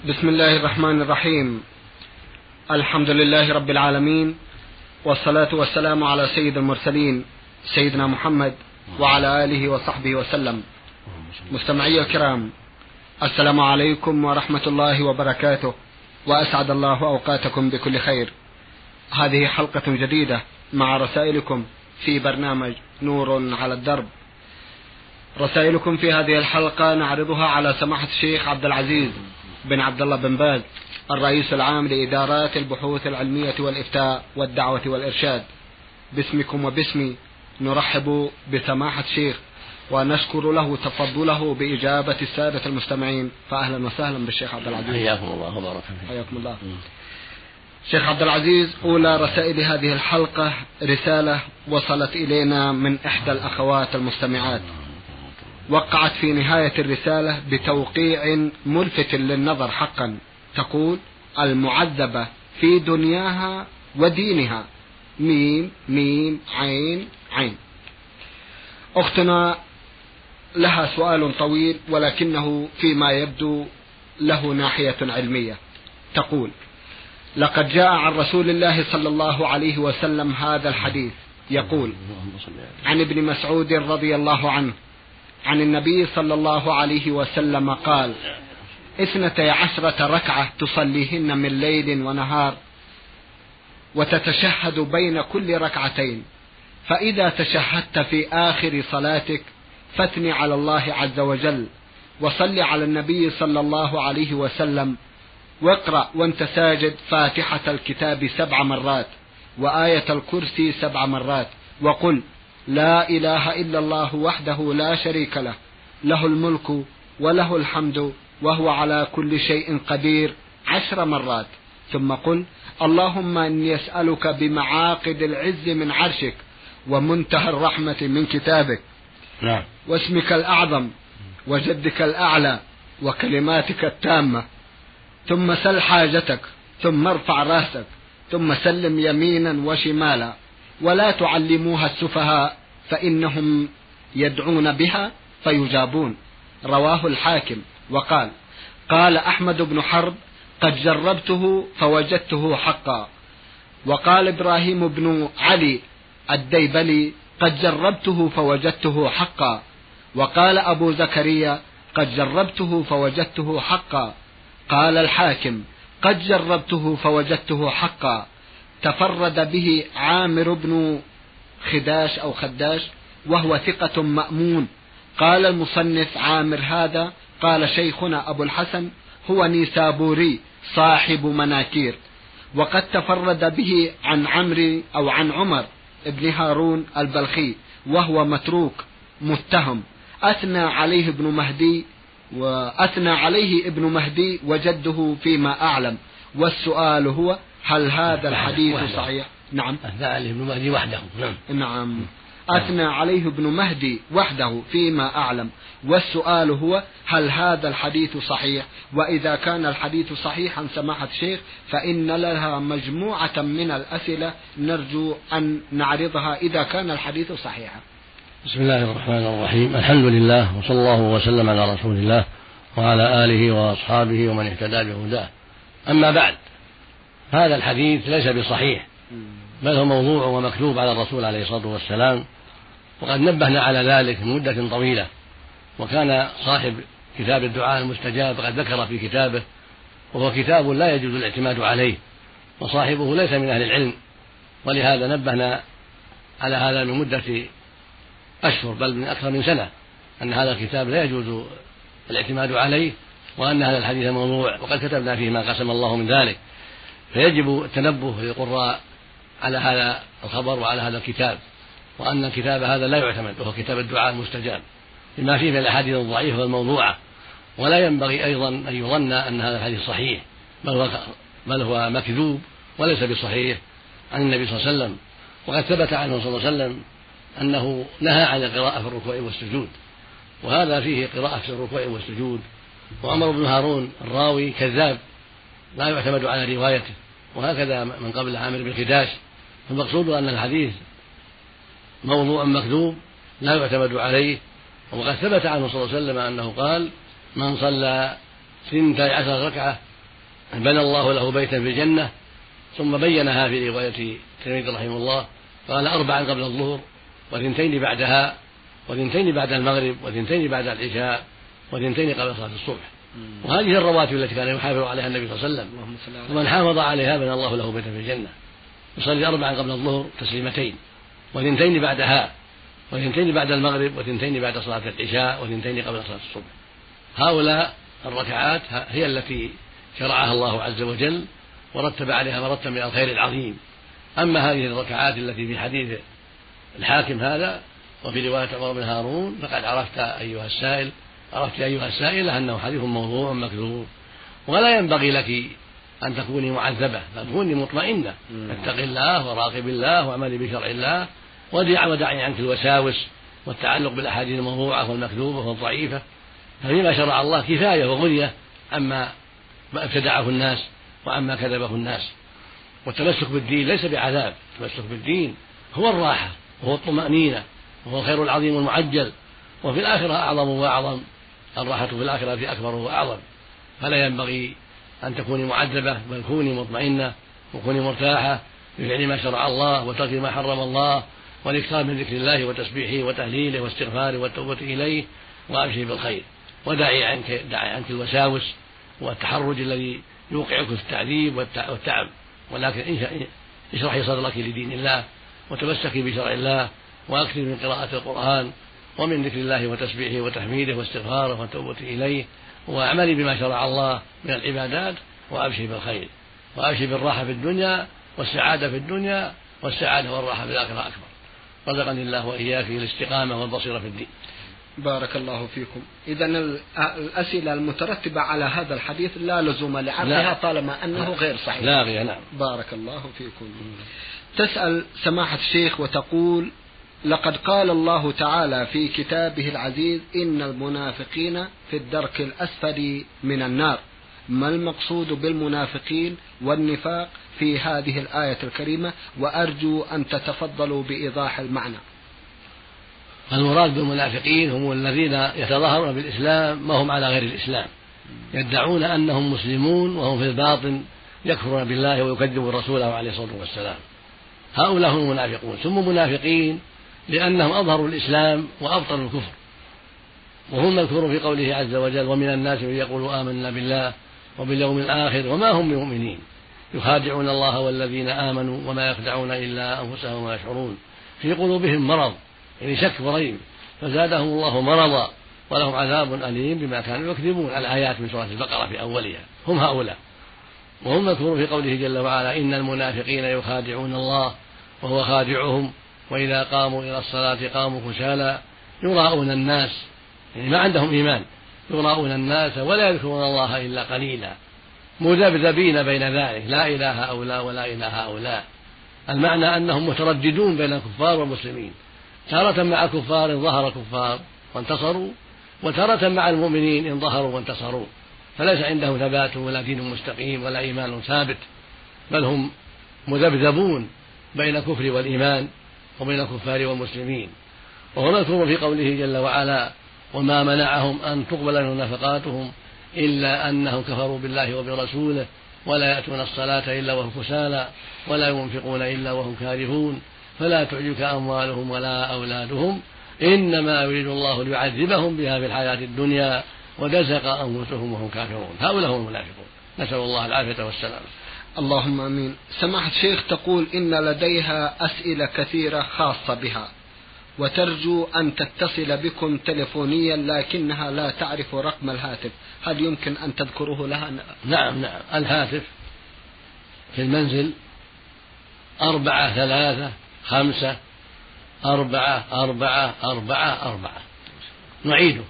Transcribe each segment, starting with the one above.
بسم الله الرحمن الرحيم. الحمد لله رب العالمين، والصلاة والسلام على سيد المرسلين سيدنا محمد وعلى آله وصحبه وسلم. مستمعي الكرام، السلام عليكم ورحمة الله وبركاته، وأسعد الله أوقاتكم بكل خير. هذه حلقة جديدة مع رسائلكم في برنامج نور على الدرب. رسائلكم في هذه الحلقة نعرضها على سماحة الشيخ عبد العزيز بن عبد الله بن باز، الرئيس العام لإدارات البحوث العلمية والإفتاء والدعوة والإرشاد. باسمكم وباسمي نرحب بسماحة الشيخ ونشكر له تفضله بإجابة السادة المستمعين، فأهلا وسهلا بالشيخ عبد العزيز. حياكم الله وبارك فيكم. حياكم الله. شيخ عبد العزيز، أولى رسائل هذه الحلقة رسالة وصلت إلينا من إحدى الأخوات المستمعات، وقعت في نهاية الرسالة بتوقيع ملفت للنظر حقا، تقول: المعذبة في دنياها ودينها ميم ميم عين عين. أختنا لها سؤال طويل ولكنه فيما يبدو له ناحية علمية. تقول: لقد جاء عن رسول الله صلى الله عليه وسلم هذا الحديث يقول عن ابن مسعود رضي الله عنه عن النبي صلى الله عليه وسلم قال: 12 ركعة تصليهن من ليل ونهار، وتتشهد بين كل ركعتين، فإذا تشهدت في آخر صلاتك فاثن على الله عز وجل، وصل على النبي صلى الله عليه وسلم، واقرأ وانت ساجد فاتحة الكتاب 7 مرات وآية الكرسي 7 مرات، وقل: لا إله إلا الله وحده لا شريك له، له الملك وله الحمد وهو على كل شيء قدير 10 مرات، ثم قل: اللهم إني أسألك بمعاقد العز من عرشك ومنتهى الرحمة من كتابك واسمك الأعظم وجدك الأعلى وكلماتك التامة، ثم سل حاجتك، ثم ارفع راسك، ثم سلم يمينا وشمالا، ولا تعلموها السفهاء فإنهم يدعون بها فيجابون. رواه الحاكم. وقال: قال أحمد بن حرب: قد جربته فوجدته حقا. وقال إبراهيم بن علي الديبلي: قد جربته فوجدته حقا. وقال أبو زكريا: قد جربته فوجدته حقا. قال الحاكم: قد جربته فوجدته حقا. تفرد به عامر بن خداش أو خداش وهو ثقة مأمون. قال المصنف: عامر هذا، قال شيخنا أبو الحسن، هو نيسابوري صاحب مناكير. وقد تفرد به عن عمرو أو عن عمر ابن هارون البلخي وهو متروك متهم. أثنى عليه ابن مهدي وجده فيما أعلم. والسؤال هو: هل هذا الحديث صحيح؟ نعم، أثنى عليه ابن مهدي وحده. نعم، أثنى عليه ابن مهدي وحده فيما أعلم. والسؤال هو: هل هذا الحديث صحيح؟ وإذا كان الحديث صحيحا سماحة الشيخ فإن لها مجموعة من الأسئلة نرجو أن نعرضها إذا كان الحديث صحيحا. بسم الله الرحمن الرحيم. الحمد لله، وصلى الله وسلم على رسول الله وعلى آله وأصحابه ومن اهتدى بهداه. أما بعد، هذا الحديث ليس بصحيح، بل هو موضوع ومكذوب على الرسول عليه الصلاة والسلام، وقد نبهنا على ذلك من مدة طويلة. وكان صاحب كتاب الدعاء المستجاب قد ذكر في كتابه، وهو كتاب لا يجوز الاعتماد عليه، وصاحبه ليس من أهل العلم، ولهذا نبهنا على هذا من مدة أشهر، بل من أكثر من سنة، أن هذا الكتاب لا يجوز الاعتماد عليه، وأن هذا الحديث موضوع، وقد كتبنا فيه ما قسم الله من ذلك. فيجب التنبه للقراء على هذا الخبر وعلى هذا الكتاب، وأن الكتاب هذا لا يعتمد، وهو كتاب الدعاء المستجاب، لما فيه من الأحاديث الضعيفة والموضوعة. ولا ينبغي أيضا أن يظن أن هذا الحديث صحيح، بل هو مكذوب وليس بصحيح عن النبي صلى الله عليه وسلم. وقد ثبت عنه صلى الله عليه وسلم أنه نهى عن القراءة في الركوع والسجود، وهذا فيه قراءة في الركوع والسجود. وعمر بن هارون الراوي كذاب لا يعتمد على روايته، وهكذا من قبل عامر بن خداش. فالمقصود أن الحديث موضوع مكذوب لا يعتمد عليه. وقد ثبت عنه صلى الله عليه وسلم أنه قال: من صلى 12 ركعة بنى الله له بيتا في الجنة، ثم بينها في رواية الترمذي رحمه الله، قال 4 قبل الظهر، و2 بعدها، و2 بعد المغرب، و2 بعد العشاء، و2 قبل صلاة الصبح. وهذه الرواتب التي كان يحافظ عليها النبي صلى الله عليه وسلم، ومن حافظ عليها بنى الله له بيتا في الجنة. يصلي 4 قبل الظهر تسليمتين، و2 بعدها، و2 بعد المغرب، و2 بعد صلاة العشاء، و2 قبل صلاة الصبح. هؤلاء الركعات هي التي شرعها الله عز وجل ورتب عليها مرتب من الخير العظيم. أما هذه الركعات التي في حديث الحاكم هذا وفي رواية عمر بن هارون فقد عرفت أيها السائل أنه حديث موضوع مكذوب، ولا ينبغي لك أن تكوني معذبة، بل تكوني مطمئنة، اتق الله وراقب الله واعملي بشرع الله، ودعي عنك الوساوس والتعلق بالأحاديث الموضوعة والمكذوبة والضعيفة. ففيما شرع الله كفاية وغنية عما ابتدعه الناس وعما كذبه الناس. والتمسك بالدين ليس بعذاب، التمسك بالدين هو الراحة وهو الطمأنينة وهو الخير العظيم المعجل، وفي الآخرة أعظم وأعظم، الراحة في الآخرة أكبر وأعظم. فلا ينبغي أن تكوني معذبة، بل كوني مطمئنة وكوني مرتاحة بفعل ما شرع الله وترك ما حرم الله، والإكثار من ذكر الله وتسبيحه وتهليله واستغفاره والتوبة إليه، وأبشري بالخير، ودعي عنك الوساوس والتحرج الذي يوقعك في التعذيب والتعب، ولكن اشرحي صدرك لدين الله وتمسكي بشرع الله، واكثري من قراءة القرآن ومن ذكر الله وتسبيحه وتحميده واستغفاره والتوبة إليه، واعملي بما شرع الله من العبادات، وأبشري بالخير، وأبشري بالراحة في الدنيا والسعادة في الدنيا، والسعادة والراحة في الآخرة أكبر. رزقني الله وإياك الاستقامة والبصيرة في الدين. بارك الله فيكم. إذا الأسئلة المترتبة على هذا الحديث لا لزوم لعرضها طالما أنه غير صحيح. لا غير. نعم. بارك الله فيكم. تسأل سماحة الشيخ وتقول: لقد قال الله تعالى في كتابه العزيز: إن المنافقين في الدرك الأسفل من النار. ما المقصود بالمنافقين والنفاق في هذه الآية الكريمة؟ وأرجو أن تتفضلوا بإيضاح المعنى. المراد بالمنافقين هم الذين يتظاهرون بالإسلام ما هم على غير الإسلام، يدعون أنهم مسلمون وهم في الباطن يكفرون بالله ويكذبون رسوله عليه الصلاة والسلام. هؤلاء هم المنافقون، سموا منافقين لأنهم أظهروا الإسلام وأبطلوا الكفر، وهم مذكورون في قوله عز وجل: ومن الناس من يقول آمنا بالله وباليوم الآخر وما هم بمؤمنين يخادعون الله والذين آمنوا وما يخدعون إلا أنفسهم وما يشعرون، في قلوبهم مرض، يعني شك وريب، فزادهم الله مرضا ولهم عذاب أليم بما كانوا يكذبون. الآيات من سورة البقرة في أولها. هم هؤلاء، وهم مذكورون في قوله جل وعلا: إن المنافقين يخادعون الله وهو خادعهم وإذا قاموا إلى الصلاة قاموا كسالى يراءون الناس، يعني ما عندهم إيمان، يراءون الناس ولا يذكرون الله إلا قليلا، مذبذبين بين ذلك، لا إله هؤلاء ولا إله هؤلاء. المعنى أنهم مترددون بين الكفار والمسلمين، تارة مع كفار إن ظهر كفار وانتصروا، وتارة مع المؤمنين إن ظهروا وانتصروا، فليس عندهم ثبات ولا دين مستقيم ولا إيمان ثابت، بل هم مذبذبون بين الكفر والإيمان وبين الكفار والمسلمين. وهو مذكور في قوله جل وعلا: وما منعهم أن تقبل منهم نفقاتهم إلا أنهم كفروا بالله وبرسوله ولا يأتون الصلاة إلا وهم كسالى ولا ينفقون إلا وهم كارهون فلا تعجبك أموالهم ولا أولادهم إنما يريد الله ليعذبهم بها في الحياة الدنيا وتزهق أنفسهم وهم كافرون. هؤلاء هم المنافقون، نسأل الله العافية والسلامة. اللهم آمين. سماحة الشيخ تقول: إن لديها أسئلة كثيرة خاصة بها وترجو أن تتصل بكم تلفونيا لكنها لا تعرف رقم الهاتف، هل يمكن أن تذكره لها؟ نعم. الهاتف في المنزل 4354444. نعيده: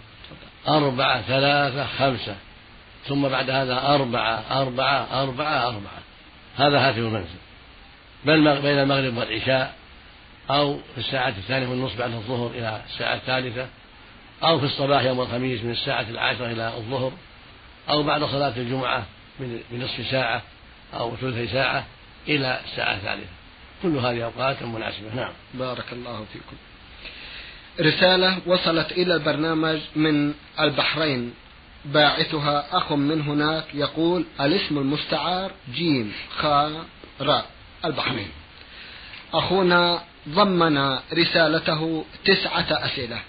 435 ثم بعد هذا 4444. هذا هاتف المنزل، بين المغرب والعشاء، أو في الساعة 2:30 بعد الظهر إلى الساعة 3، أو في الصباح يوم الخميس من الساعة 10 إلى الظهر، أو بعد صلاة الجمعة بنصف ساعة أو ثلث ساعة إلى الساعة 3. كل هذه أوقات مناسبة. نعم. بارك الله فيكم. رسالة وصلت إلى البرنامج من البحرين باعثها أخ من هناك يقول الاسم المستعار جيم خاء راء البحرين. أخونا ضمن رسالته 9 أسئلة.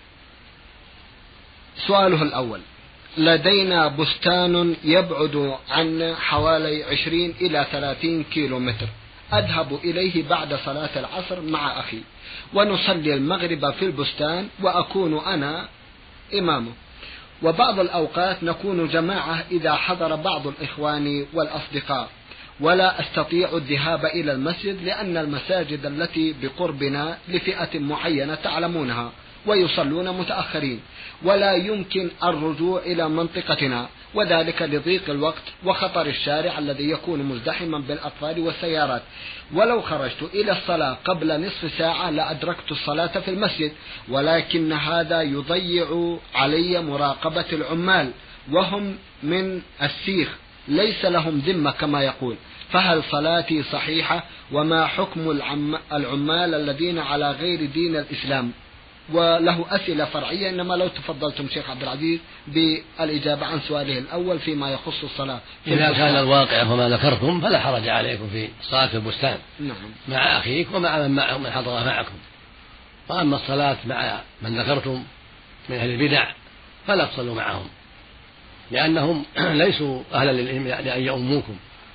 سؤاله الأول: لدينا بستان يبعد عنا حوالي 20 إلى 30 كيلومتر، أذهب إليه بعد صلاة العصر مع أخي ونصلي المغرب في البستان وأكون أنا إمامه، وبعض الأوقات نكون جماعة إذا حضر بعض الإخوان والأصدقاء، ولا أستطيع الذهاب إلى المسجد لأن المساجد التي بقربنا لفئة معينة تعلمونها ويصلون متأخرين، ولا يمكن الرجوع إلى منطقتنا، وذلك لضيق الوقت وخطر الشارع الذي يكون مزدحما بالأطفال والسيارات. ولو خرجت إلى الصلاة قبل نصف ساعة لأدركت الصلاة في المسجد، ولكن هذا يضيع علي مراقبة العمال وهم من السيخ ليس لهم ذمة كما يقول، فهل صلاتي صحيحة؟ وما حكم العمال الذين على غير دين الإسلام؟ وله أسئلة فرعية، إنما لو تفضلتم شيخ عبد العزيز بالإجابة عن سؤاله الأول فيما يخص الصلاة. إذا كان الواقع وما ذكرتم فلا حرج عليكم في صلاة البستان مع أخيك ومع من حضر معكم. وأما الصلاة مع من ذكرتم من أهل البدع فلا تصلوا معهم، لأنهم ليسوا أهلا لأن يؤموكم،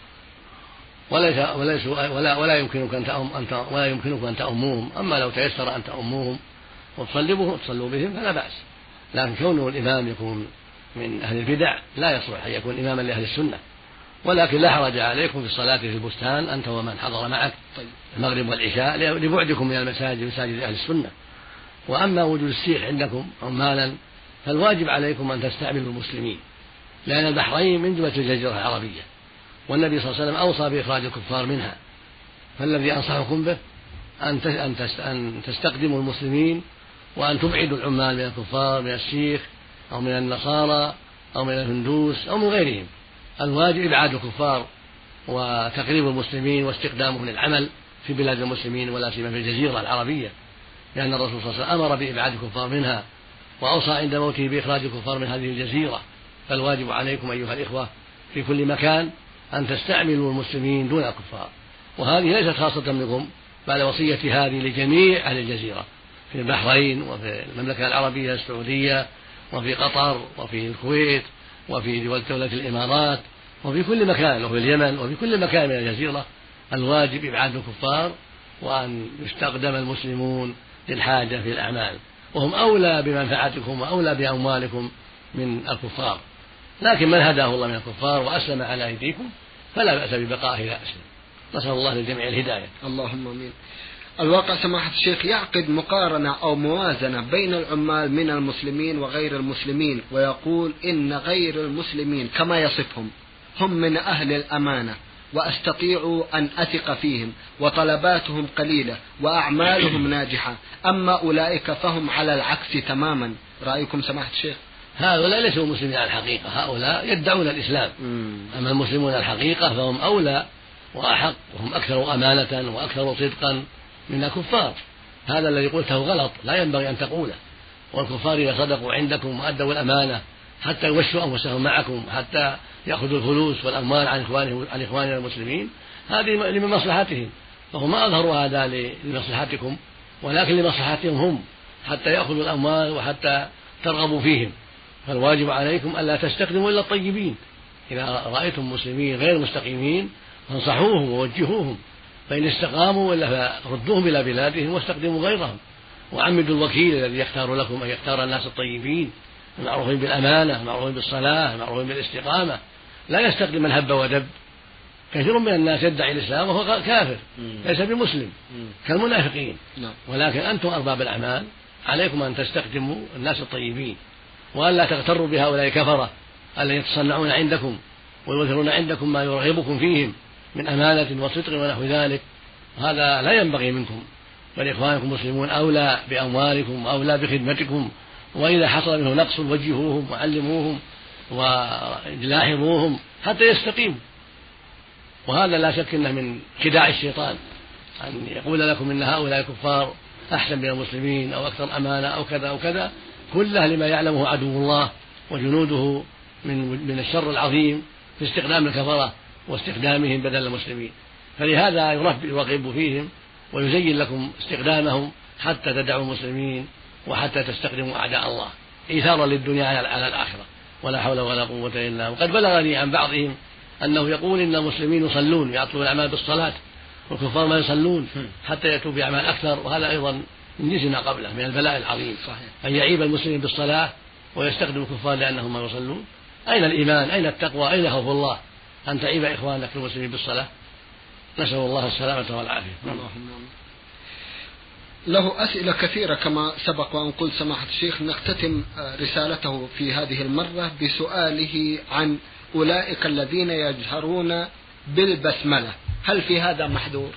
ولا يمكنكم أن تؤموهم. أما لو تيسر أن تؤموهم وتصلوا بهم فلا بأس، لكن كونه الإمام يكون من أهل البدع لا يصلح أن يكون إماما لأهل السنة. ولكن لا حرج عليكم في الصلاة في البستان أنت ومن حضر معك المغرب والعشاء لبعدكم من المساجد مساجد أهل السنة. وأما وجود السيخ عندكم عمالا فالواجب عليكم أن تستعملوا المسلمين، لأن البحرين من جملة الجزيرة العربية، والنبي صلى الله عليه وسلم أوصى بإخراج الكفار منها. فالذي أنصحكم به أن تستقدموا المسلمين وأن تبعدوا العمال من الكفار من السيخ أو من النصارى أو من الهندوس أو من غيرهم. الواجب إبعاد الكفار وتقريب المسلمين واستقدامهم للعمل في بلاد المسلمين ولا سيما في الجزيرة العربية، لأن الرسول صلى الله عليه وسلم أمر بإبعاد الكفار منها وأوصى عند موته بإخراج الكفار من هذه الجزيرة. فالواجب عليكم أيها الإخوة في كل مكان أن تستعملوا المسلمين دون الكفار، وهذه ليست خاصة بكم بل وصية هذه لجميع أهل الجزيرة في البحرين وفي المملكة العربية السعودية وفي قطر وفي الكويت وفي دولة الإمارات وفي كل مكان وفي اليمن وفي كل مكان من الجزيرة. الواجب إبعاد الكفار وأن يستخدم المسلمون للحاجة في الأعمال، وهم أولى بمنفعتكم وأولى بأموالكم من الكفار. لكن من هداه الله من الكفار وأسلم على أيديكم فلا بأس ببقائه إلى أسلم. نسأل الله للجميع الهداية. اللهم آمين. الواقع سماحة الشيخ يعقد مقارنة أو موازنة بين العمال من المسلمين وغير المسلمين، ويقول إن غير المسلمين كما يصفهم هم من أهل الأمانة وأستطيع أن أثق فيهم وطلباتهم قليلة وأعمالهم ناجحة، أما أولئك فهم على العكس تماما. رأيكم سماحة الشيخ؟ هؤلاء ليسوا مسلمين على الحقيقة، هؤلاء يدعون الإسلام. أما المسلمون على الحقيقة فهم أولى وأحق وهم أكثر أمانة وأكثر صدقا من الكفار. هذا الذي قلته غلط، لا ينبغي أن تقوله. والكفار إذا صدقوا عندكم وأدوا الأمانة حتى يوشوا أنفسهم معكم حتى يأخذوا الفلوس والأموال عن إخواننا المسلمين، هذه لمن مصلحتهم، فهم ما أظهروا هذا لمصلحتكم ولكن لمصلحتهم هم، حتى يأخذوا الأموال وحتى ترغبوا فيهم. فالواجب عليكم ألا تستخدموا إلا الطيبين. إذا رأيتم مسلمين غير مستقيمين فانصحوهم ووجهوهم، فإن استقاموا إلا فردوهم إلى بلادهم واستخدموا غيرهم، وعمدوا الوكيل الذي يختار لكم أن يختار الناس الطيبين المعروفين بالأمانة المعروفين بالصلاة المعروفين بالاستقامة، لا يستخدم من هب ودب. كثير من الناس يدعي الإسلام وهو كافر ليس بمسلم كالمنافقين. ولكن أنتم أرباب الأعمال عليكم أن تستخدموا الناس الطيبين، وألا تغتروا بهؤلاء الكفرة الذين يتصنعون عندكم ويظهرون عندكم ما يرغبكم فيهم من أمانة وصدق ونحو ذلك. هذا لا ينبغي منكم، بل إخوانكم المسلمون أولى بأموالكم وأولى بخدمتكم، وإذا حصل منه نقص وجهوهم وعلموهم ولاحظوهم حتى يستقيموا. وهذا لا شك أنه من خداع الشيطان أن يقول لكم إن هؤلاء الكفار أحسن من المسلمين أو أكثر أمانة أو كذا أو كذا، كله لما يعلمه عدو الله وجنوده من الشر العظيم في استخدام الكفرة واستخدامهم بدل المسلمين. فلهذا يرغب فيهم ويزين لكم استخدامهم حتى تدعوا المسلمين وحتى تستخدموا أعداء الله إيثارا للدنيا على الآخرة. ولا حول ولا قوة إلا بالله. وقد بلغني عن بعضهم أنه يقول إن المسلمين يصلون يعطون الأعمال بالصلاة والكفار ما يصلون حتى يأتوا بأعمال أكثر، وهذا أيضا من جنس ما قبله من البلاء العظيم. أن يعيب المسلمين بالصلاة ويستخدم الكفار لأنهم ما يصلون. أين الإيمان؟ أين التقوى؟ أين خوف الله؟ أن تعيب إخوانك المسلمين بالصلاة؟ نسأل الله السلامة والعافية. له أسئلة كثيرة كما سبق وأن قلت سماحة الشيخ. نختتم رسالته في هذه المرة بسؤاله عن أولئك الذين يجهرون بالبسملة، هل في هذا محذور؟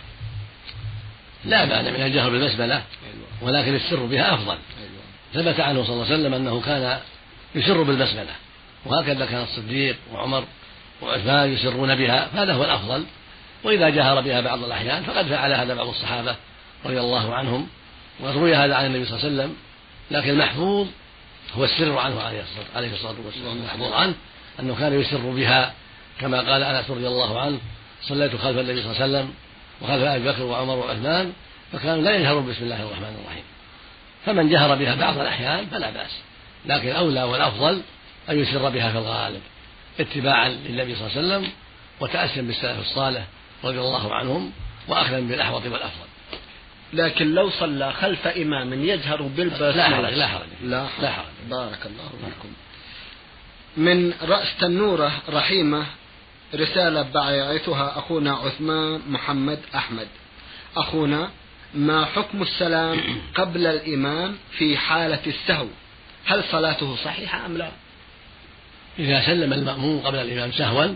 لا مانع من الجهر بالبسملة، ولكن السر بها أفضل. ثبت عنه صلى الله عليه وسلم أنه كان يسر بالبسملة، وهكذا كان الصديق وعمر وعثمان يسرون بها، فهذا هو الأفضل. وإذا جهر بها بعض الأحيان فقد فعل هذا بعض الصحابة رضي الله عنهم، وروي هذا عن النبي صلى الله عليه وسلم. لكن المحفوظ هو السر عنه عليه الصلاة والسلام. المحفوظ عنه أنه كان يسر بها، كما قال أنس رضي الله عنه: صليت خلف النبي صلى الله عليه وسلم وخلف أبي بكر وعمر وعثمان فكانوا لا يجهرون بسم الله الرحمن الرحيم. فمن جهر بها بعض الأحيان فلا بأس، لكن الأولى والأفضل أن يسر بها في الغالب اتباعا للنبي صلى الله عليه وسلم وتأسيا بالسلف الصالح رضي الله عنهم وأخذا بالأحوط والأفضل. لكن لو صلى خلف إمام يجهر بالبسملة لا حرج. بارك الله فيكم. من رأس تنورة رحيمة رسالة بعثها أخونا عثمان محمد أحمد: أخونا، ما حكم السلام قبل الإمام في حالة السهو؟ هل صلاته صحيحة أم لا؟ إذا سلم المأموم قبل الإمام سهوا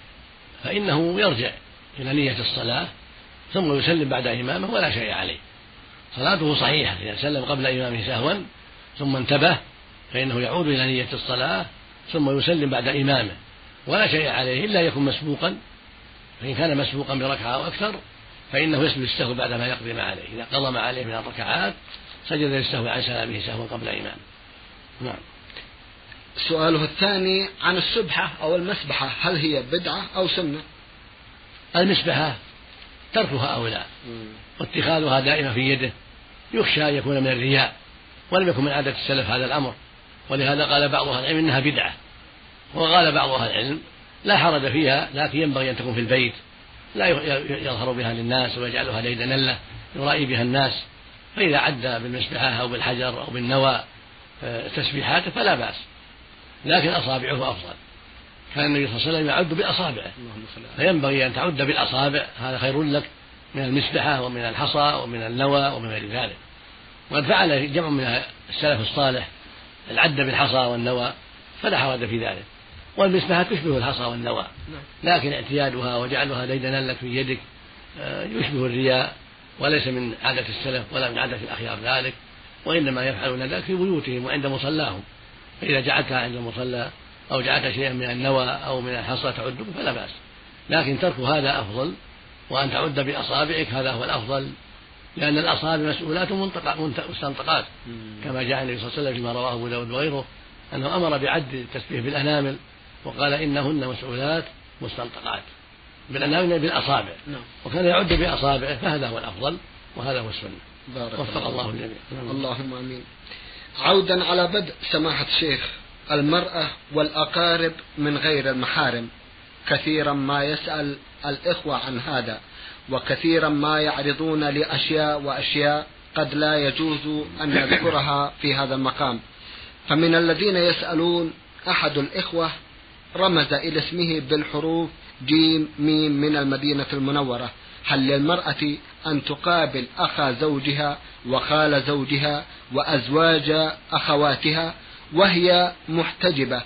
فإنه يرجع إلى نية الصلاة ثم يسلم بعد إمامه ولا شيء عليه، صلاته صحيحة. إذا سلم قبل إمامه سهوا ثم انتبه فإنه يعود إلى نية الصلاة ثم يسلم بعد إمامه ولا شيء عليه، إلا يكون مسبوقا. فإن كان مسبوقا بركعة أو أكثر فإنه يسجد السهو بعد ما يقضي ما عليه. إذا قضى ما عليه من الركعات سجد للسهو عن سلامه سهوا قبل إمامه. نعم. سؤاله الثاني عن السبحة أو المسبحة، هل هي بدعة أو سنة؟ المسبحة تركها أولى، واتخاذها دائما في يده يخشى أن يكون من الرياء، ولم يكن من عادة السلف هذا الأمر، ولهذا قال بعض أهل العلم إنها بدعة، وقال بعض أهل العلم لا حرج فيها، لكن ينبغي أن تكون في البيت لا يظهر بها للناس ويجعلها ديدنلة يرائي بها الناس. فإذا عدى بالمسبحة أو بالحجر أو بالنوى تسبيحاته فلا بأس، لكن أصابعه أفضل. كان النبي صلى الله عليه وسلم يعد بأصابعه، فينبغي أن تعد بالأصابع، هذا خير لك من المسبحة ومن الحصى ومن النوى ومن غير ذلك. وقد فعل جمع من السلف الصالح العد بالحصى والنوى فلا حرج في ذلك، والمسبحة تشبه الحصى والنوى، لكن اعتيادها وجعلها ديدنا لك في يدك يشبه الرياء، وليس من عادة السلف ولا من عادة الأخيار ذلك، وإنما يفعلون ذلك في بيوتهم وعند مصلاهم. فإذا جعلتها عند المصلى أو جعلت شيئا من النوى أو من الحصى تعده فلا بأس، لكن ترك هذا أفضل، وأن تعد بأصابعك هذا هو الأفضل، لأن الأصابع مسؤولات مستنطقات، كما جاء النبي صلى الله عليه وسلم فيما رواه أبو داود وغيره أنه أمر بعد التسبيح بالأنامل وقال إنهن مسؤولات مستنطقات، بالأنامل بالأصابع، وكان يعد بأصابعه، فهذا هو الأفضل وهذا هو السنة. وفق الله الجميع. اللهم آمين. عودا على بدء سماحة الشيخ، المرأة والأقارب من غير المحارم كثيرا ما يسأل الإخوة عن هذا، وكثيرا ما يعرضون لأشياء وأشياء قد لا يجوز أن نذكرها في هذا المقام. فمن الذين يسألون أحد الإخوة رمز إلى اسمه بالحروف جيم ميم من المدينة المنورة: هل للمرأة أن تقابل أخا زوجها وخال زوجها وأزواج أخواتها وهي محتجبة،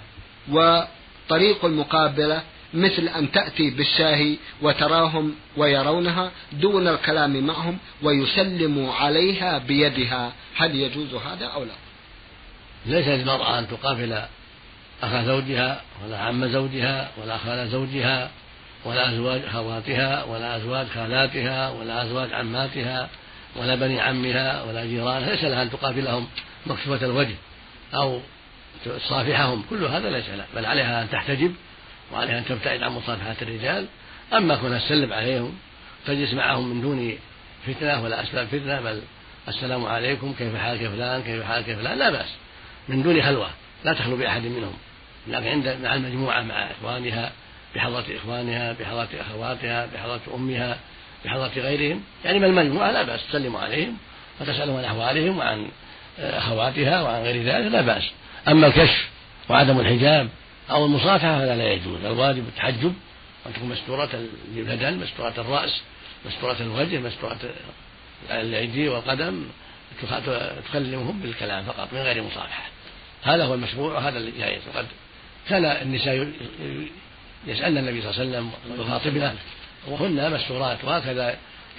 وطريق المقابلة مثل أن تأتي بالشاهي وتراهم ويرونها دون الكلام معهم ويسلم عليها بيدها، هل يجوز هذا أو لا؟ ليس للمرأة أن تقابل أخا زوجها ولا عم زوجها ولا خال زوجها ولا أزواج أخواتها ولا أزواج خالاتها ولا أزواج عماتها ولا بني عمها ولا جيرانها، ليس لها أن تقابلهم مكشوفة الوجه أو تصافحهم، كل هذا ليس له، بل عليها أن تحتجب وعليها أن تبتعد عن مصافحة الرجال. أما كنا تسلم عليهم تجلس معهم من دون فتنة ولا أسباب فتنة، بل السلام عليكم كيف حالك فلان كيف حالك فلان، لا بأس، من دون خلوة، لا تخلو بأحد منهم، لكن مع المجموعة مع إخوانها، بحضرة إخوانها، بحضرة أخواتها، بحضرة أمها، بحضرة غيرهم، يعني من المجموعة لا بأس، تسلم عليهم وتسألهم عن أحوالهم وعن أخواتها وعن غير ذلك لا بأس. أما الكشف وعدم الحجاب أو المصافحة فلا لا يجوز، الواجب التحجب وأن تكون مستورة البدن، مستورة الرأس، مستورة الوجه، مستورة الأيدي والقدم، تكلمهم بالكلام فقط من غير مصافحة، هذا هو المشروع وهذا الجائز. وقد كان النساء يسألن النبي صلى الله عليه وسلم ويخاطبنا وهن مستورات، وهكذا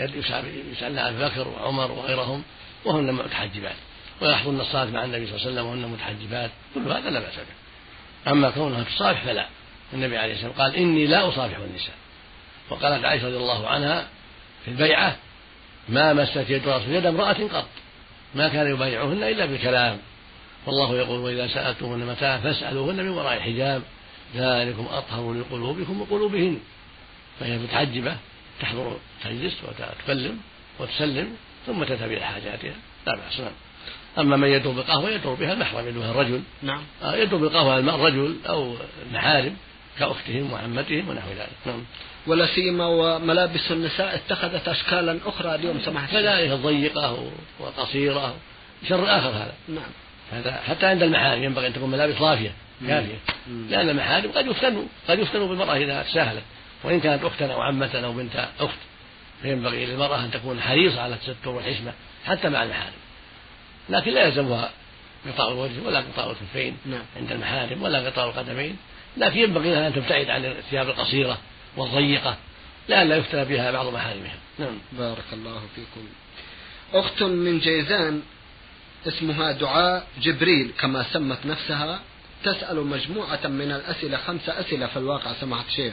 يسألن أبي بكر وعمر وغيرهم وهن متحجبات، ويحضرن الصلاة مع النبي صلى الله عليه وسلم وهن متحجبات، كل هذا لا بأس به. أما كونها تصافح فلا، النبي عليه الصلاة والسلام قال إني لا أصافح النساء، وقالت عائشة رضي الله عنها في البيعة ما مست يد رسول يد امرأة قط، ما كان يبايعهن إلا بالكلام، والله يقول وإذا سألتموهن متاعا فاسألوهن من وراء حجاب ذلكم أطهر لقلوبكم وقلوبهن. فهي متحجبة تحضر تجلس وتتكلم وتسلم ثم تتبع حاجاتها لا بأس. أما من يدعو بقهوة يدعو بها المحرم، يدعوها الرجل، نعم، يدعو بقهوة الرجل أو المحارم كأختهم وعمتهم ونحو ذلك. نعم. ولا سيما وملابس النساء اتخذت أشكالا أخرى اليوم سمحت كذلك ضيقة وقصيرة، شر آخر هذا. نعم. هذا حتى عند المحارم ينبغي أن تكون ملابس رافية كافية، لأن المحارم قد يفتنوا بالمرأة إذا تساهلت، وإن كانت أختا أو عمة أو بنت أخت، فينبغي للمرأة أن تكون حريصة على التستر والحشمة حتى مع المحارم، لكن لا يلزمها غطاء الوجه ولا غطاء الكفين عند المحارم ولا غطاء القدمين، لكن ينبغي لها أن تبتعد عن الثياب القصيرة والضيقة لئلا يفتنى بها بعض محارمها. نعم. بارك الله فيكم. أخت من جيزان اسمها دعاء جبريل كما سمت نفسها، تسأل مجموعة من الأسئلة، 5 أسئلة في الواقع سماحة الشيخ.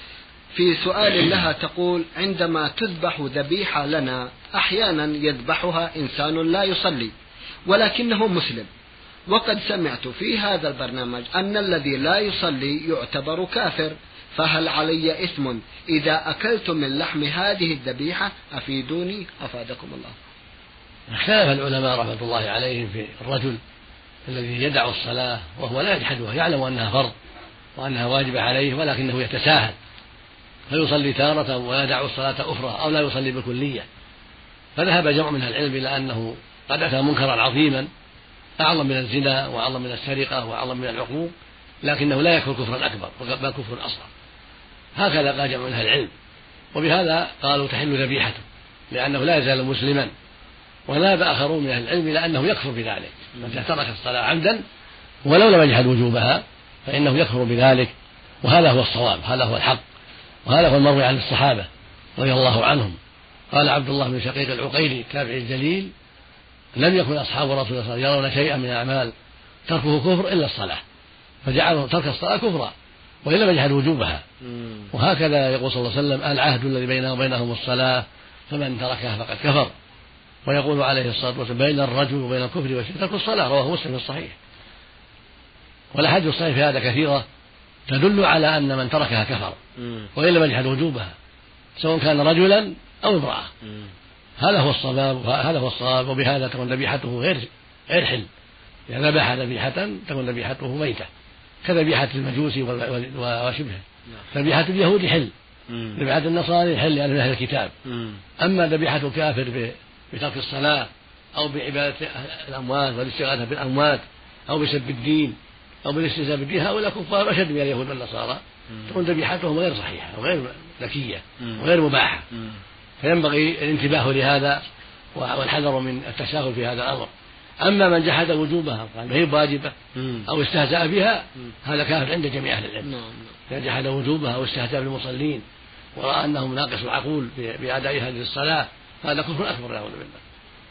في سؤال لها تقول عندما تذبح ذبيحة لنا أحيانا يذبحها إنسان لا يصلي ولكنه مسلم، وقد سمعت في هذا البرنامج أن الذي لا يصلي يعتبر كافر، فهل علي إثم إذا أكلت من لحم هذه الذبيحة؟ أفيدوني أفادكم الله. اختلف العلماء رحمة الله عليهم في الرجل الذي يدع الصلاة وهو لا يجحدها، يعلم أنها فرض وأنها واجبة عليه ولكنه يتساهل فيصلي تارة ويدع الصلاة أخرى أو لا يصلي بالكلية. فذهب جمع من العلم إلى أنه قد أتى منكرا عظيما أعظم من الزنا وأعظم من السرقة وأعظم من العقوق، لكنه لا يكفر كفرا أكبر بل كفر أصغر. هكذا قال جمع من أهل العلم، وبهذا قالوا تحل ذبيحته لأنه لا يزال مسلما. وذهب آخرون من أهل العلم إلى أنه يكفر بذلك، من ترك الصلاة عمدا ولو لم يجحد وجوبها فإنه يكفر بذلك، وهذا هو الصواب، هذا هو الحق، وهذا هو المروي عن الصحابة رضي الله عنهم. قال عبد الله بن شقيق العقيلي التابعي الجليل لم يكن أصحاب رسول الله صلى الله عليه وسلم يرون شيئا من الأعمال تركه كفر إلا الصلاة، فجعلوا ترك الصلاة كفرا وإن لم يجحد وجوبها. وهكذا يقول صلى الله عليه وسلم العهد الذي بيننا وبينهم الصلاة فمن تركها فقد كفر. ويقول عليه الصلاة والسلام بين الرجل وبين الكفر والشرك ترك الصلاة، رواه مسلم الصحيح. والأحاديث الصحيحة في هذا كثيرة تدل على أن من تركها كفر وإن لم يجحد وجوبها سواء كان رجلا أو امرأة. هذا هو الصواب، وبهذا تكون ذبيحته غير حل. إذا ذبح ذبيحة تكون ذبيحته ميتة كذبيحة المجوس وشبهه. ذبيحة اليهود حل، ذبيحة النصارى حل يعني من أهل الكتاب. أما ذبيحة الكافر بترك الصلاة أو بعبادة الأموات والاستغاثة بالأموات أو بسب الدين أو بالاستهزاء بالدين، هؤلاء كفار أشد من اليهود والنصارى، تكون ذبيحتهم غير صحيحة وغير ذكية وغير مباحة. فينبغي الانتباه لهذا والحذر من التساهل في هذا الأمر. أما من جحد وجوبها قال هي واجبة أو استهزأ بها هذا كافر عند جميع أهل العلم. إذا جحد وجوبها أو استهزأ بالمصلين ورأى أنهم ناقص العقول بأداء هذه الصلاة هذا كفر أكبر نعوذ بالله.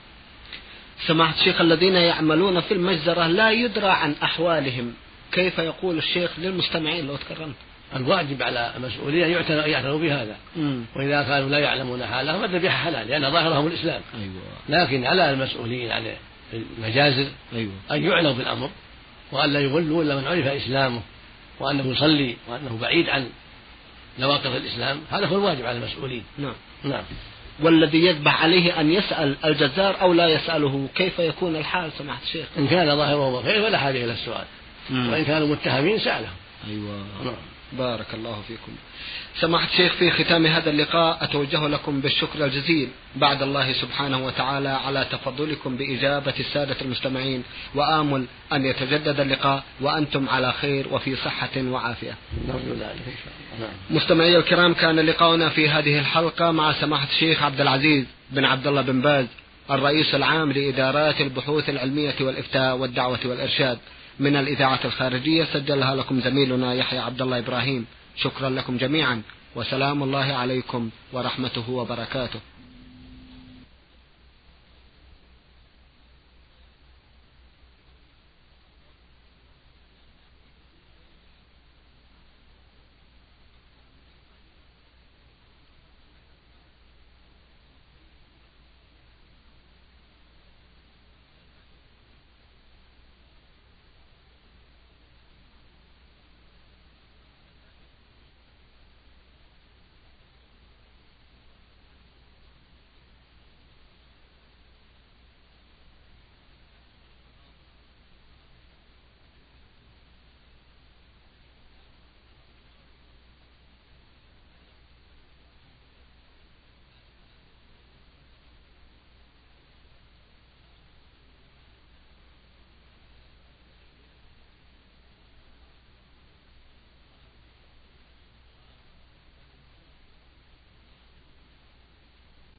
سماحة الشيخ الذين يعملون في المجزرة لا يدرى عن أحوالهم، كيف يقول الشيخ للمستمعين لو تكرمت؟ الواجب على المسؤولين أن يعتنوا بهذا، وإذا كانوا لا يعلمون حالهم الذبيحة حلال لأن ظاهرهم الإسلام. لكن على المسؤولين عن المجازر أن يعنوا بالأمر وأن لا يغلوا إلا من عرف إسلامه وأنه يصلي وأنه بعيد عن نواقض الإسلام. هذا هو الواجب على المسؤولين. نعم. والذي يذبح عليه أن يسأل الجزار أو لا يسأله، كيف يكون الحال سماحة الشيخ؟ إن كان ظاهره خير فلا حاجة إلى السؤال، وإن كانوا متهمين سألهم. أيوة. بارك الله فيكم. سماحة الشيخ، في ختام هذا اللقاء أتوجه لكم بالشكر الجزيل بعد الله سبحانه وتعالى على تفضلكم بإجابة السادة المستمعين، وآمل أن يتجدد اللقاء وأنتم على خير وفي صحة وعافية. مستمعي الكرام، كان لقاؤنا في هذه الحلقة مع سماحة الشيخ عبد العزيز بن عبد الله بن باز، الرئيس العام لإدارات البحوث العلمية والإفتاء والدعوة والإرشاد، من الإذاعة الخارجية، سجلها لكم زميلنا يحيى عبد الله إبراهيم. شكرا لكم جميعا، وسلام الله عليكم ورحمته وبركاته.